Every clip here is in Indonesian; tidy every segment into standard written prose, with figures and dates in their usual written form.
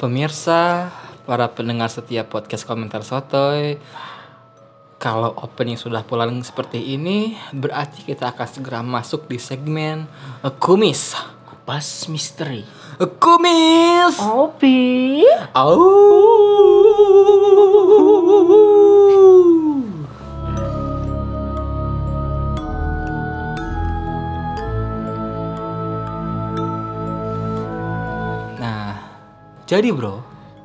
Pemirsa, para pendengar setiap podcast Komentar Sotoy, kalau opening sudah pulang seperti ini, berarti kita akan segera masuk di segmen Kumis. Kupas Misteri. Kumis. Opi. Nah, jadi bro,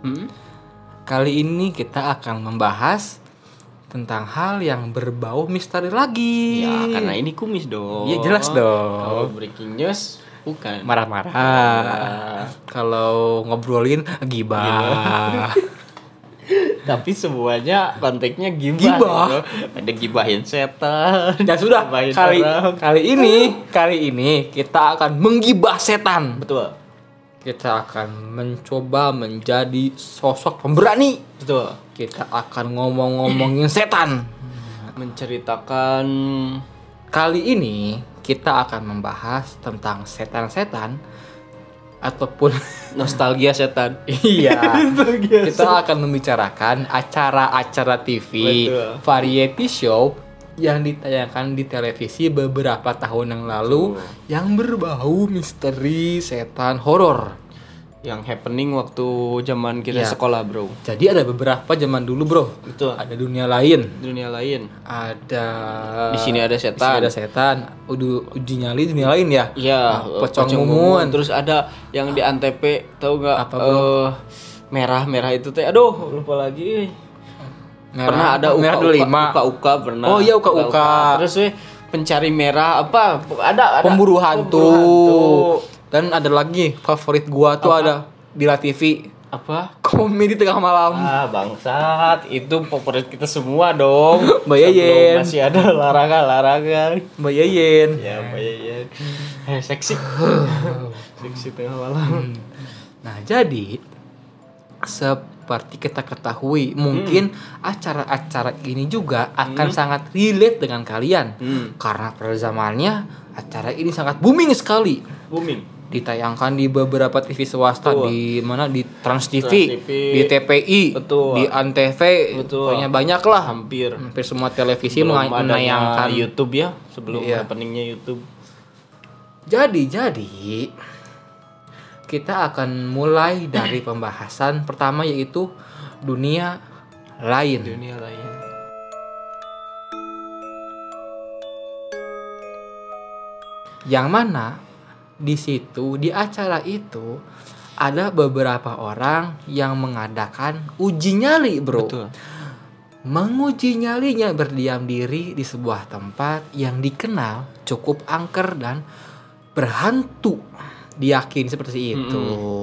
kali ini kita akan membahas tentang hal yang berbau misteri lagi. Ya, karena ini kumis dong. Iya, jelas dong. Kalau breaking news bukan. Marah-marah. Kalau ngobrolin gibah. Tapi semuanya konteksnya gibah. Gibah. Bro. Ada gibahin setan. Ya sudah, gibahin orang. kali ini kita akan menggibah setan. Betul. Kita akan mencoba menjadi sosok pemberani. Betul. Kita akan ngomongin setan. Menceritakan Kali ini kita akan membahas tentang setan-setan ataupun nostalgia setan. iya. Nostalgia Kita akan membicarakan acara-acara TV, Betul. variety show yang ditayangkan di televisi beberapa tahun yang lalu yang berbau misteri, setan, horor. yang happening waktu zaman kita Ya. sekolah, bro. Jadi ada beberapa zaman dulu, bro. Betul. Ada dunia lain. Dunia lain. Ada Di sini ada setan. Ada setan. Uji nyali dunia lain ya. Iya, Pocong Mumun. Terus ada yang di Antep, tahu nggak? Apa, bro? Merah itu teh. Aduh, lupa lagi. Pernah ada merah dulu 5. uka pernah. Oh iya, uka-uka. Terus pencari merah apa? Ada Pemburu hantu. hantu. Dan ada lagi favorit gua tuh ada di La TV. Apa? Komedi tengah malam. Bangsat, itu favorit kita semua dong. Mbak Yeyen. Sebelum masih ada larangan. Mbak Yeyen. Ya, Mbak Yeyen. Seksi. Seksi tengah malam. Nah, jadi seperti kita ketahui, mungkin acara-acara ini juga akan sangat relate dengan kalian. Karena pada zamannya acara ini sangat booming sekali. Booming. Ditayangkan di beberapa TV swasta. Betul. Di mana, di Trans TV, Trans TV, di TPI, betul. di Antv, Betul. pokoknya banyak lah. Hampir Semua televisi Belum menayangkan. adanya YouTube ya, sebelum Iya. happeningnya YouTube. Jadi kita akan mulai dari pembahasan pertama, yaitu dunia lain. Dunia lain. Yang mana di situ, di acara itu ada beberapa orang yang mengadakan uji nyali, bro. Betul. Menguji nyalinya berdiam diri di sebuah tempat yang dikenal cukup angker dan berhantu. Diyakini seperti itu.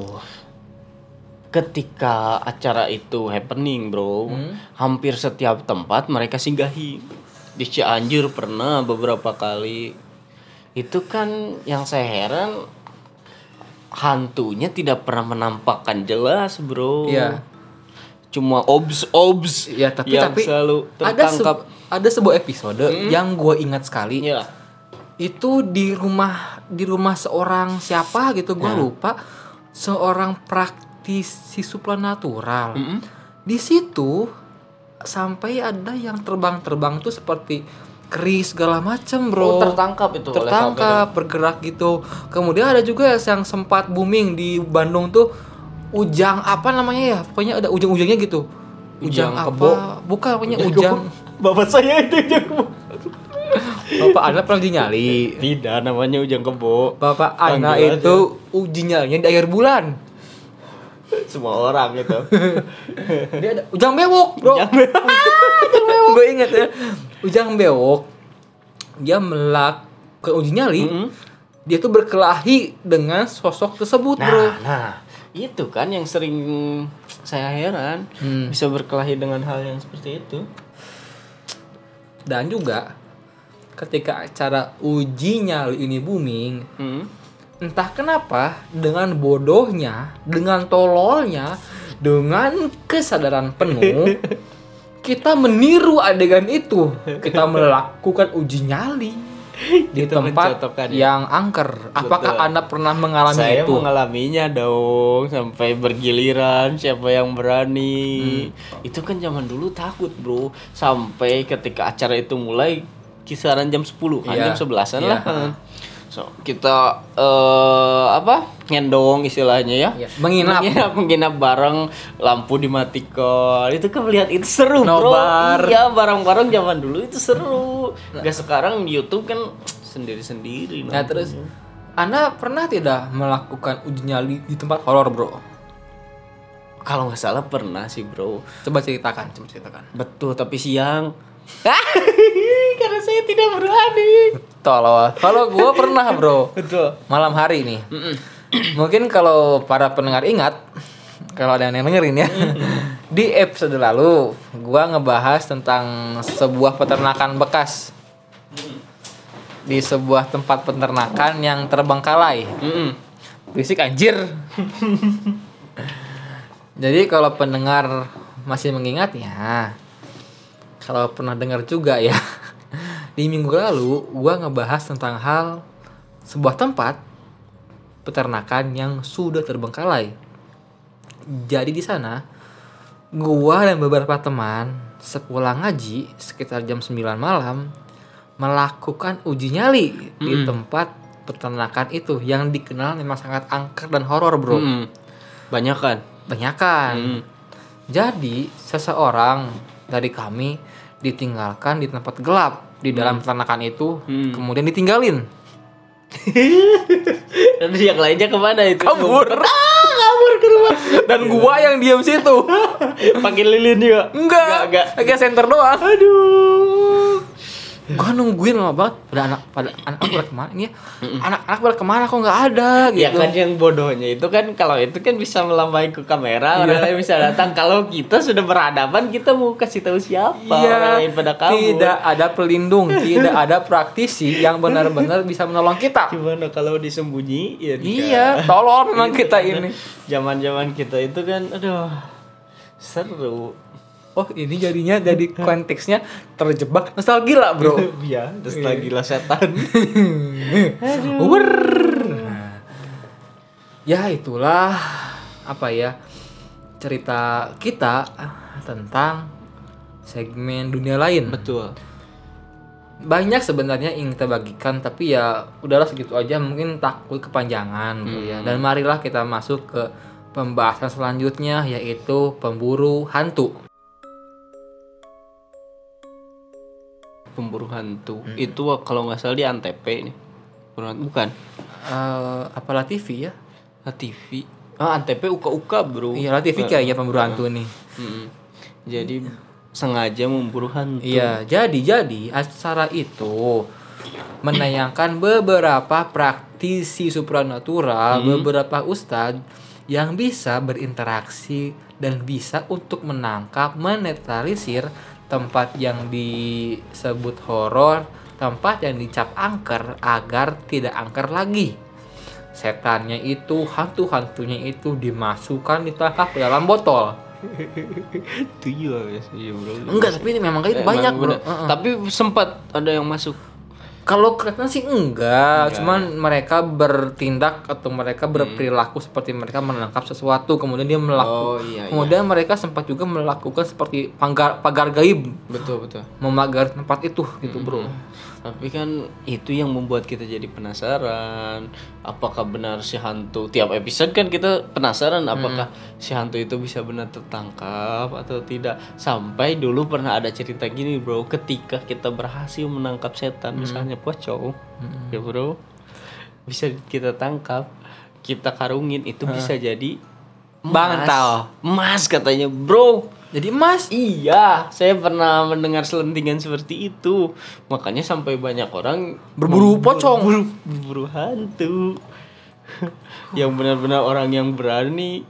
Ketika acara itu happening, bro, hampir setiap tempat mereka singgahi. Di Cianjur pernah beberapa kali. Itu kan yang saya heran, hantunya tidak pernah menampakkan jelas, bro. Iya. Cuma obs Ya, tapi yang selalu ada tertangkap. ada sebuah episode yang gue ingat sekali. Iya. Itu di rumah seorang siapa gitu, gue lupa, seorang praktisi supranatural. Di situ sampai ada yang terbang tuh seperti keris segala macem, bro. Oh, tertangkap itu oleh tertangkap bergerak gitu. Kemudian ada juga yang sempat booming di Bandung tuh, ujang apa namanya ya, pokoknya ada ujang-ujangnya gitu. Ujang apa? kebo. Bukan, pokoknya ujang. Bapak saya itu ujang kebo. Bapak Ana pernah uji nyali. Tidak, namanya ujang kebo. Bapak Ana Panggil itu uji nyalinya di akhir bulan. Semua orang itu. Dia ada ujang bewok, bro. Ujang bewok. Gue inget ya, ujang bewok. Dia melakukan uji nyali. Dia tuh berkelahi dengan sosok tersebut, bro. Nah, itu kan yang sering saya heran, bisa berkelahi dengan hal yang seperti itu. Dan juga ketika acara uji nyali ini booming, entah kenapa dengan bodohnya, dengan tololnya, dengan kesadaran penuh, kita meniru adegan itu. Kita melakukan uji nyali. di Itu tempat mencontohkan ya. yang angker. Apakah Betul. Anda pernah mengalami Saya itu? mengalaminya dong sampai bergiliran siapa yang berani. Itu kan zaman dulu takut, Bro. Sampai ketika acara itu mulai kisaran jam 10-an, Iya. jam 11-an Iya. lah. So, kita ngendong istilahnya ya. Iya, menginap. Bareng, lampu dimatikan. Itu kan melihat itu seru, Bro. Nobar. Iya, bareng-bareng zaman dulu itu seru. Gak sekarang di YouTube kan sendiri-sendiri. Nah, terus Anda pernah tidak melakukan uji nyali di tempat horor, Bro? Kalau nggak salah pernah sih, Bro. Coba ceritakan. Betul, tapi siang. Karena saya tidak berani. Tolol. Kalau gue pernah, Bro. Betul. Malam hari nih. Mungkin kalau para pendengar ingat, kalau ada yang dengerin ya. Di episode lalu, gue ngebahas tentang sebuah peternakan bekas. Di sebuah tempat peternakan yang terbengkalai. Berisik anjir. Jadi kalau pendengar masih mengingatnya, kalau pernah dengar juga ya, di minggu lalu gua ngebahas tentang hal sebuah tempat peternakan yang sudah terbengkalai. Jadi di sana gua dan beberapa teman sepulang ngaji sekitar jam 9 malam melakukan uji nyali di tempat peternakan itu yang dikenal memang sangat angker dan horor, Bro. Banyak kan? Banyakan. Jadi seseorang dari kami ditinggalkan di tempat gelap di dalam peternakan itu, kemudian ditinggalin. Dan yang lainnya kemana itu? Kabur. Kabur ke rumah. Dan gua yang diam situ. Pakai lilin juga? Enggak. Agak center doang. Aduh. Gua nungguin lama banget. Pada anak pada kemana ini ya? Anak-anak pada kemana kok nggak ada gitu. Ya kan yang bodohnya itu kan kalau itu kan bisa melambai ke kamera, orang lain bisa datang. Kalau kita sudah berhadapan, kita mau kasih tahu siapa orang lain pada kabur. Tidak ada pelindung, tidak ada praktisi yang benar-benar bisa menolong kita. Gimana kalau disembunyiin? Iya, tolol memang kita ini. Zaman-zaman kita itu kan aduh seru. Oh, ini jadinya jadi konteksnya terjebak nostalgia, Bro. Iya, terus lagi lah setan. Ya itulah apa ya cerita kita tentang segmen dunia lain. Betul. Banyak sebenarnya yang kita bagikan, tapi ya udahlah segitu aja, mungkin takut kepanjangan gitu ya. Dan marilah kita masuk ke pembahasan selanjutnya, yaitu pemburu hantu. Pemburu hantu itu kalau nggak salah di Antep ini. Bukan. Apalah TV ya? TV. Antep uka-uka, Bro. Iya, TV kayaknya pemburu hantu nih. Jadi sengaja memburu hantu. Iya, jadi acara itu menayangkan beberapa praktisi supranatural, beberapa ustadz yang bisa berinteraksi dan bisa untuk menangkap, menetralisir tempat yang disebut horor, tempat yang dicap angker agar tidak angker lagi. Setannya itu, hantu-hantunya itu dimasukkan, ditangkap ke dalam botol. Tuyul ya, Bro. Enggak, tapi ini memang kayak itu banyak, Bro. Tapi sempat ada yang masuk. Kalau kelihatan sih enggak, cuman mereka bertindak atau mereka berperilaku seperti mereka menangkap sesuatu, kemudian dia melakukan. Kemudian mereka sempat juga melakukan seperti pagar gaib. Betul. Memagar tempat itu gitu, Bro. Tapi kan itu yang membuat kita jadi penasaran. Apakah benar si hantu? Tiap episode kan kita penasaran apakah si hantu itu bisa benar tertangkap atau tidak. Sampai dulu pernah ada cerita gini, Bro. Ketika kita berhasil menangkap setan, misalnya pocong, ya Bro, bisa kita tangkap, kita karungin, itu bisa jadi bantal. Emas katanya, Bro. Jadi emas? Iya, saya pernah mendengar selentingan seperti itu. Makanya sampai banyak orang berburu pocong, berburu hantu. Yang benar-benar orang yang berani.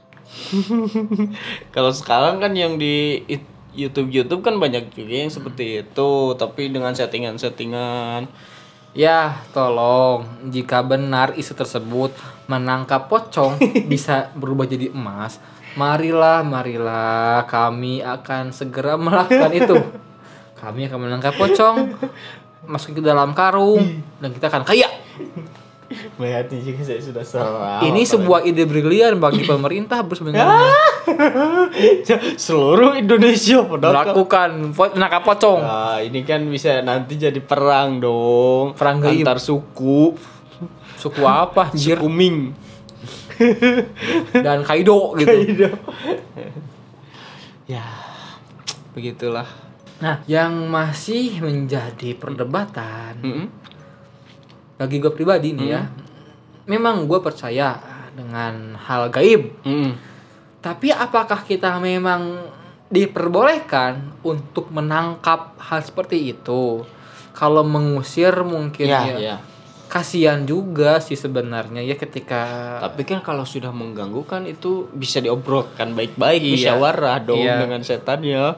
Kalau sekarang kan yang di YouTube kan banyak juga yang seperti itu, tapi dengan settingan-settingan. Ya, tolong, jika benar isu tersebut menangkap pocong bisa berubah jadi emas, marilah kami akan segera melakukan itu. Kami akan menangkap pocong, masukin ke dalam karung dan kita akan kaya. Melihatnya juga saya sudah salah. Ini sebuah ide brilian bagi pemerintah sebenarnya. Seluruh Indonesia Melakukan penangkap pocong. Nah, ini kan bisa nanti jadi perang dong. Perang gaib. Antar suku. Suku apa anjir? Suku Ming Dan Kaido gitu. Kaido. Ya, begitulah. Nah, yang masih menjadi perdebatan bagi gue pribadi nih ya, memang gue percaya dengan hal gaib. Tapi apakah kita memang diperbolehkan untuk menangkap hal seperti itu? Kalau mengusir mungkin ya. Kasihan juga sih sebenarnya ya ketika. Tapi kan kalau sudah mengganggu kan itu bisa diobrolkan baik-baik, musyawarah dong dengan setannya.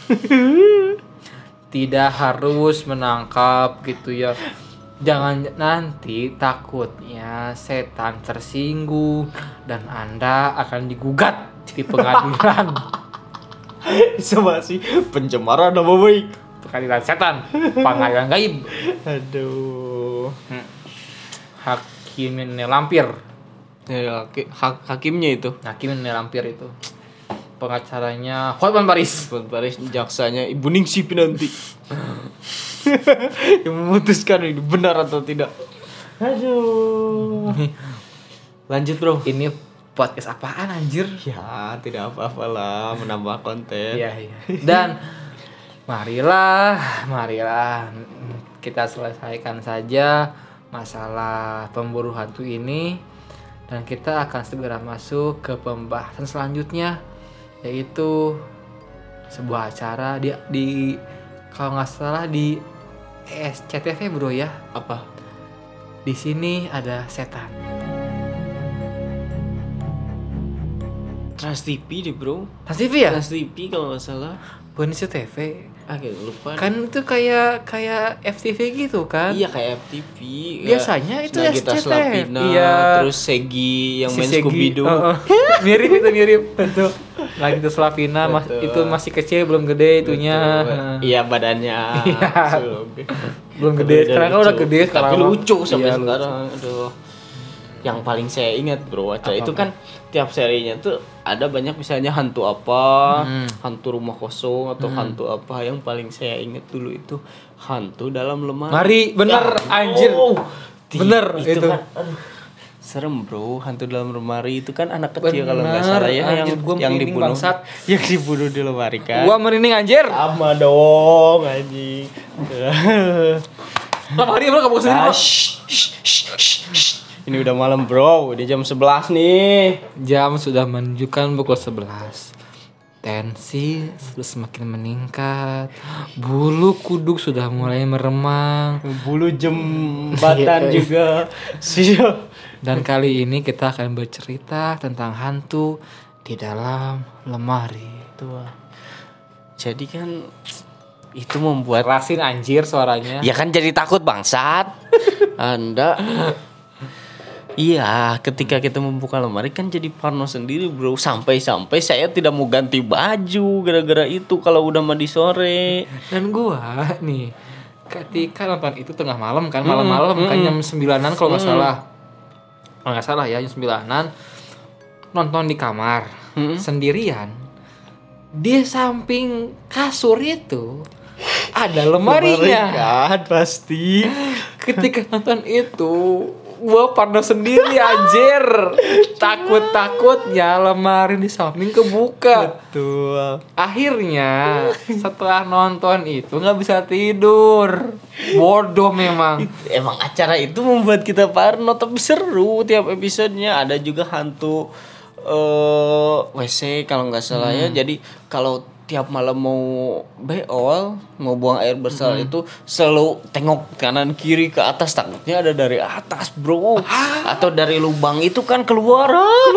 Tidak harus menangkap gitu ya. Jangan nanti takutnya setan tersinggung dan Anda akan digugat di pengadilan. Sama sih pencemaran nama baik. Pengadilan setan, pengadilan gaib. Aduh. Hakim lampir. Ya, hakimnya itu. Hakim lampir itu. Pengacaranya Hotman Paris. Jaksanya Ibu Ningsih Pinanti. Yang memutuskan ini benar atau tidak. Aduh. Lanjut bro. Ini podcast apaan anjir? Ya tidak apa-apalah, menambah konten. Iya. Dan marilah kita selesaikan saja masalah pemburu hantu ini dan kita akan segera masuk ke pembahasan selanjutnya, yaitu sebuah acara di kalau nggak salah di SCTV bro ya. Apa? Di sini ada setan. Trans TV deh bro. Trans TV ya? Trans TV kalau nggak salah. Bukan SCTV. Lupa. Kan itu kayak FTV gitu kan? Iya kayak FTV. Biasanya itu Nagita SCTV. Slavina, Iya. terus Segi yang main Segi. Scooby-Doo. Mirip. Betul. Nagita Slavina itu masih kecil, belum gede itunya. Iya badannya. Iya. Belum gede. Sekarang kan udah gede sekarang. Tapi lucu sampai iya, sekarang. Aduh. Yang paling saya ingat bro, acara itu kan tiap serinya tuh ada banyak misalnya hantu apa, hantu rumah kosong atau hantu apa. Yang paling saya ingat dulu itu hantu dalam lemari. Mari, bener anjir. Bener itu. Kan, aduh, serem bro, hantu dalam lemari itu kan anak kecil kalau nggak salah ya, anjir, yang dibunuh, bangsat. yang dibunuh di lemari kan. Gua merinding anjir. Sama dong anjing. Lemari bro, kamu sendiri bro. Ini udah malam bro, udah jam 11 nih. Jam sudah menunjukkan pukul 11. Tensi sudah semakin meningkat. Bulu kuduk sudah mulai meremang. Bulu jembatan juga. Siap. Dan kali ini kita akan bercerita tentang hantu di dalam lemari. Tuh. Jadi kan itu membuat Rasin anjir suaranya. ya kan jadi takut bangsat. Anda iya, ketika kita membuka lemari kan jadi parno sendiri bro. Sampai-sampai saya tidak mau ganti baju gara-gara itu kalau udah mandi sore. Dan gua nih ketika nonton itu tengah malam kan, malam-malam kan jam 9-an kalau nggak salah. Kalau nggak salah ya jam 9-an nonton di kamar sendirian. Di samping kasur itu ada lemarinya. Kan pasti. Ketika nonton itu gua parno sendiri anjir. Takut-takutnya lemari di samping kebuka. Betul. Akhirnya setelah nonton itu nggak bisa tidur. Bodoh memang. Emang acara itu membuat kita parno tapi seru tiap episodenya. Ada juga hantu WC kalau nggak salah ya. Jadi kalau tiap malam mau beol, mau buang air besar itu selalu tengok kanan kiri ke atas, takutnya ada dari atas bro, atau dari lubang itu kan keluar.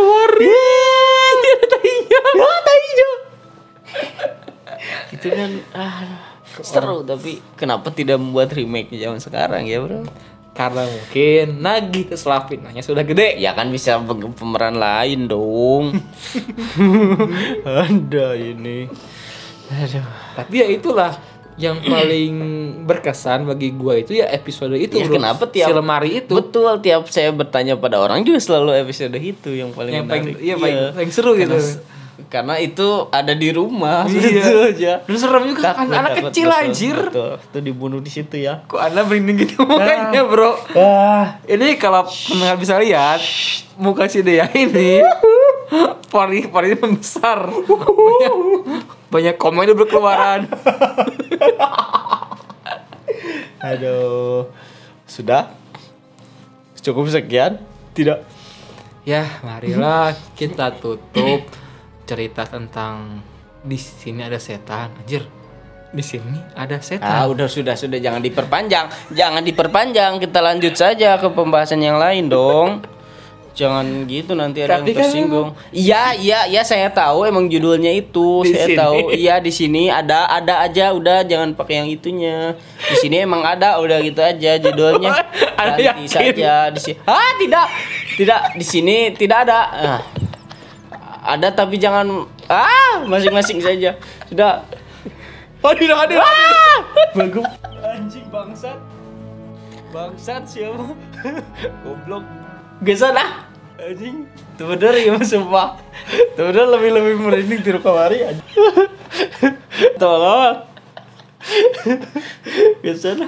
Itu kan seru, tapi kenapa tidak membuat remake zaman sekarang ya bro? Karena mungkin Nagita Slavinanya sudah gede. Ya kan bisa pemeran lain dong. Ada ini. Aduh. Tapi ya itulah yang paling berkesan bagi gua itu ya episode itu, Ya, bro. kenapa Si lemari itu Betul, tiap saya bertanya pada orang juga selalu episode itu yang paling yang menarik. paling seru gitu. Karena itu ada di rumah, Iya. gitu aja. Terus serem juga kan, anak Takut, kecil betul, anjir. Betul. Itu dibunuh di situ ya. Kok Anda merinding gitu mukanya, bro? Ini kalau pendengar bisa lihat muka si Dea ini pori membesar. Banyak komen itu berkeluaran. Aduh. Sudah? Cukup sekian? Tidak. Ya, marilah kita tutup cerita tentang di sini ada setan. Anjir. Di sini ada setan. Udah sudah jangan diperpanjang. Jangan diperpanjang. Kita lanjut saja ke pembahasan yang lain dong. Jangan gitu nanti ada Tapi yang tersinggung. Iya, saya tahu emang judulnya itu. Di Saya sini. tahu. Iya, di sini ada aja, udah jangan pakai yang itunya. Di sini emang ada, udah gitu aja judulnya. Ada Ganti yakin? saja di sini. Tidak. Tidak, di sini tidak ada. Ada tapi jangan masing-masing saja. Sudah. Hadir. Bagus. Anjing bangsat. Bangsat siapa? Goblok. Gesan anjing. Tuh bener ya sumpah. Tuh bener lebih merinding tiru kamari anjing. Tolong. Gesan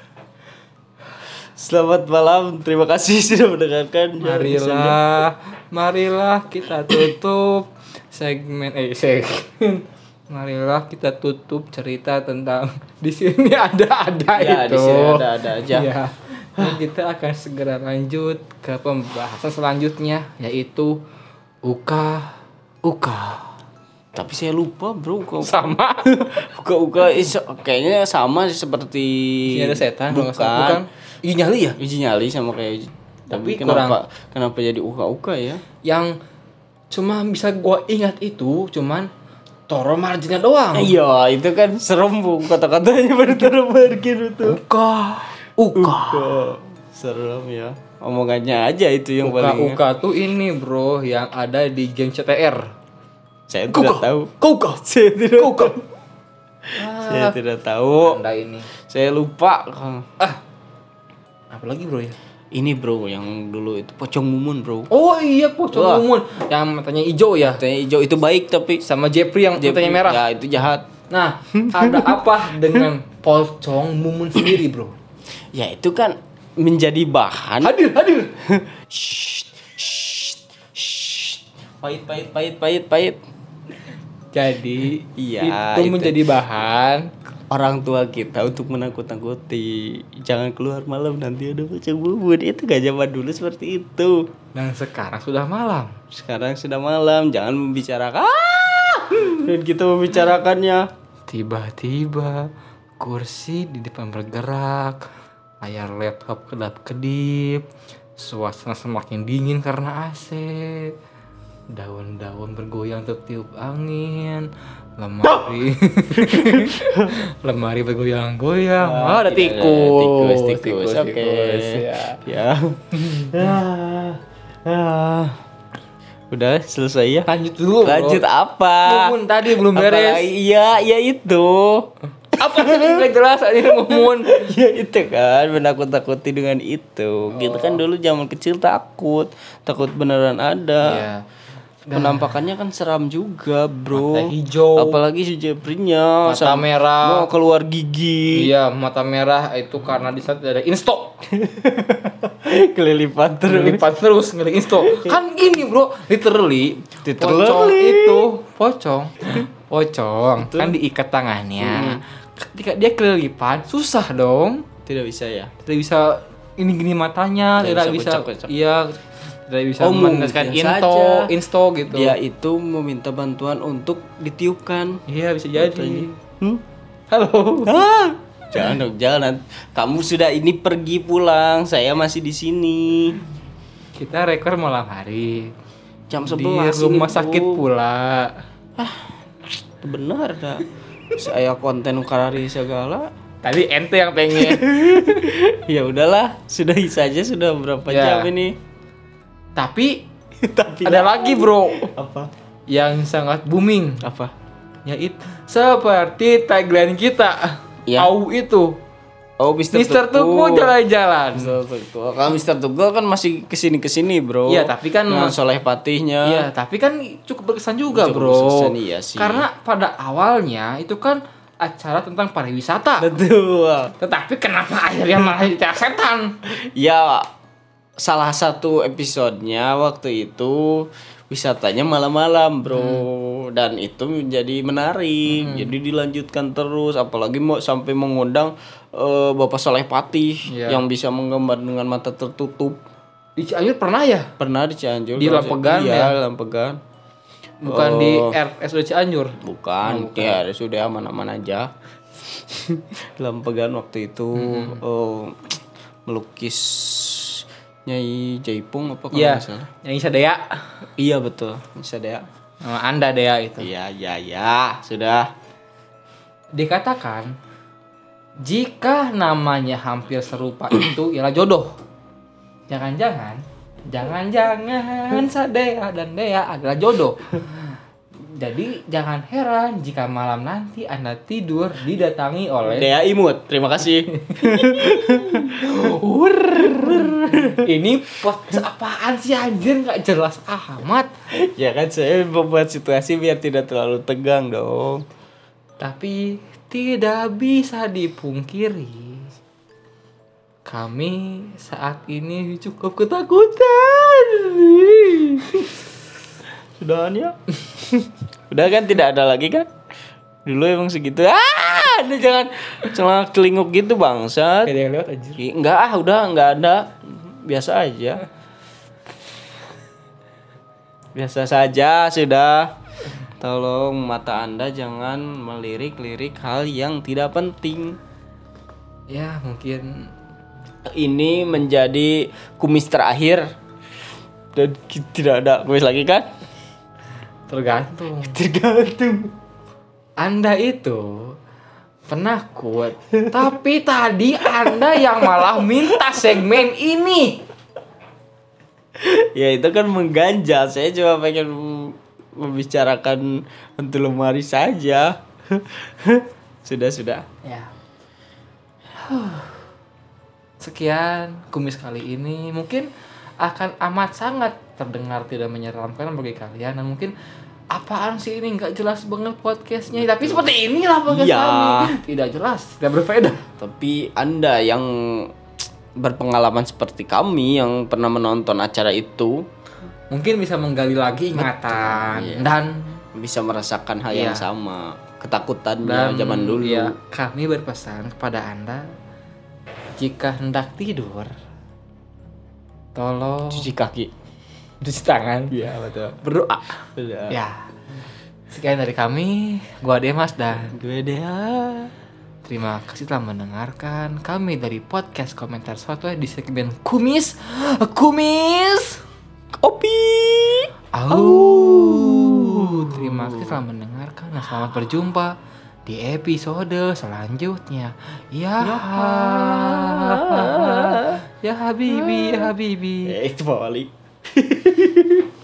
Selamat malam. Terima kasih sudah mendengarkan. Marilah kita tutup segmen. Marilah kita tutup cerita tentang di sini ada Ya, itu. di sini ada aja. Ya. Dan kita akan segera lanjut ke pembahasan selanjutnya yaitu uka. Tapi saya lupa, Bro. Sama. Uka kayaknya sama seperti Ini ada setan kalau nggak salah. Bukan. Ih, nyali ya? Biji nyali sama kayak Tapi kenapa jadi uka ya? Yang cuma bisa gua ingat itu cuman Toro marginnya doang. Iya, itu kan serem bu kata-katanya baru taruh margin itu. Uka. Serem ya. Omongannya aja itu yang paling. Uka tuh ini, bro, yang ada di game CTR. Saya tidak tahu. Uka. Saya tidak Uka. tahu. Saya tidak tahu. Anda ini. Saya lupa. Apalagi, bro ya? Ini bro yang dulu itu Pocong Mumun bro. Oh iya, Pocong Wah. Mumun yang matanya hijau ya. Matanya hijau itu baik tapi Sama Jeffrey yang matanya merah. Ya itu jahat. Nah, ada apa dengan Pocong Mumun sendiri, bro? Ya itu kan menjadi bahan. Hadir. Pahit. Jadi Iya, itu itu. menjadi bahan. Orang tua kita untuk menakut-nakuti. Jangan keluar malam nanti ada pocong mumun. Itu gak zaman dulu seperti itu. Dan sekarang sudah malam. Sekarang sudah malam. Jangan membicarakan. Dan kita membicarakannya. Tiba-tiba kursi di depan bergerak, layar laptop kedap-kedip, suasana semakin dingin karena AC, daun-daun bergoyang tertiup angin, lemari bergoyang-goyang. Ada tikus. Tikus. Oke. Ya. Udah selesai ya. Lanjut dulu, bro. Lanjut apa? Mumun tadi belum beres. Iya itu. Apa sih nggak jelas ini Mumun? Ya itu kan menakut-takuti dengan itu. Kita kan dulu zaman kecil takut beneran ada. Iya. Penampakannya kan seram juga, bro. Mata hijau. Apalagi si Jeffrey-nya Mata merah. mau keluar gigi. Iya, mata merah itu karena di saat ada insto. Kelilipan terus. Lipat terus ngeri insto. Kan gini, bro, literally. Pocong kan diikat tangannya. Ketika dia kelilipan, susah dong. Tidak bisa ya. Tidak bisa ini gini matanya, Tidak tidak bisa bisa. kocak-kocak. Iya, tidak bisa mungkin menekan saja insto gitu. Dia itu meminta bantuan untuk ditiupkan. Iya, bisa jadi. Halo. Jangan dong, jangan. Kamu sudah ini pergi pulang, saya masih di sini. Kita rekor malam hari. Jam 11 Di rumah ini, sakit Bu. pula. Benar dah. Saya konten karari segala. Tadi ente yang pengen. Ya udahlah, sudahi saja sudah berapa Ya. jam ini. Tapi Tapi ada lagi, bro, apa? yang sangat booming, Apa? yaitu seperti tagline kita. Ya. Au itu. Oh, Mister Tuku jalan-jalan. Kalau Mister Tugel kan masih kesini bro. Iya, tapi kan dengan Soleh Patihnya. Iya, tapi kan cukup berkesan juga, Cukup bro. berkesan, iya sih. Karena pada awalnya itu kan acara tentang pariwisata. Betul. Tetapi kenapa akhirnya malah jadi setan? Ya, salah satu episodenya waktu itu wisatanya malam-malam bro, dan itu menjadi menarik. Jadi dilanjutkan terus, apalagi mau sampai mengundang Bapak Soleh Patih yang bisa menggambar dengan mata tertutup. Di Cianjur pernah ya? Pernah di Cianjur. Di Lampegan ya? Lampegan. Bukan di RSUD Cianjur. Bukan. Ya sudah aman-aman aja. Lampegan waktu itu melukis Nyai Jaipong apa kalau nggak salah. Nyai Sadaya. Iya betul, Sadaya. Anda Dea itu. Iya, sudah. Dikatakan jika namanya hampir serupa itu ialah jodoh. Jangan-jangan Sadea dan Dea adalah jodoh. Jadi jangan heran jika malam nanti Anda tidur didatangi oleh Dea Imut. Terima kasih. Ini podcast apaan sih anjir, nggak jelas amat. Ya kan saya membuat situasi biar tidak terlalu tegang dong. Tapi tidak bisa dipungkiri, kami saat ini cukup ketakutan. Sudahan ya. Udah kan tidak ada lagi kan? Dulu emang segitu. Anda jangan celak celinguk gitu bangsat. Ada yang lewat anjir. Enggak udah enggak ada. Biasa aja. Biasa saja sudah. Tolong mata Anda jangan melirik-lirik hal yang tidak penting. Ya, mungkin Ini menjadi kumis terakhir. Dan tidak ada kumis lagi kan? tergantung. Tergantung. Anda itu penakut, tapi tadi Anda yang malah minta segmen ini. Ya itu kan mengganjal. Saya cuma pengen membicarakan hantu lemari saja. Sudah. Ya. Sekian kumis kali ini, mungkin akan amat sangat terdengar tidak menyeramkan bagi kalian, dan mungkin apaan sih ini nggak jelas banget podcastnya. Tapi seperti inilah podcast kami, tidak jelas, tidak berfaedah. Tapi Anda yang berpengalaman seperti kami yang pernah menonton acara itu mungkin bisa menggali lagi ingatan dan bisa merasakan hal yang sama, ketakutannya dan zaman dulu. ya, kami berpesan kepada Anda, jika hendak tidur, tolong Cuci kaki, cuci tangan, iya betul, berdoa. betul. Ya, sekian dari kami, gua Demas dan Gue Dea. terima kasih telah mendengarkan kami dari podcast komentar suatu di segmen kumis Kopi. Terima kasih telah mendengarkan dan selamat berjumpa di episode selanjutnya. Ya Habibi. Itu balik.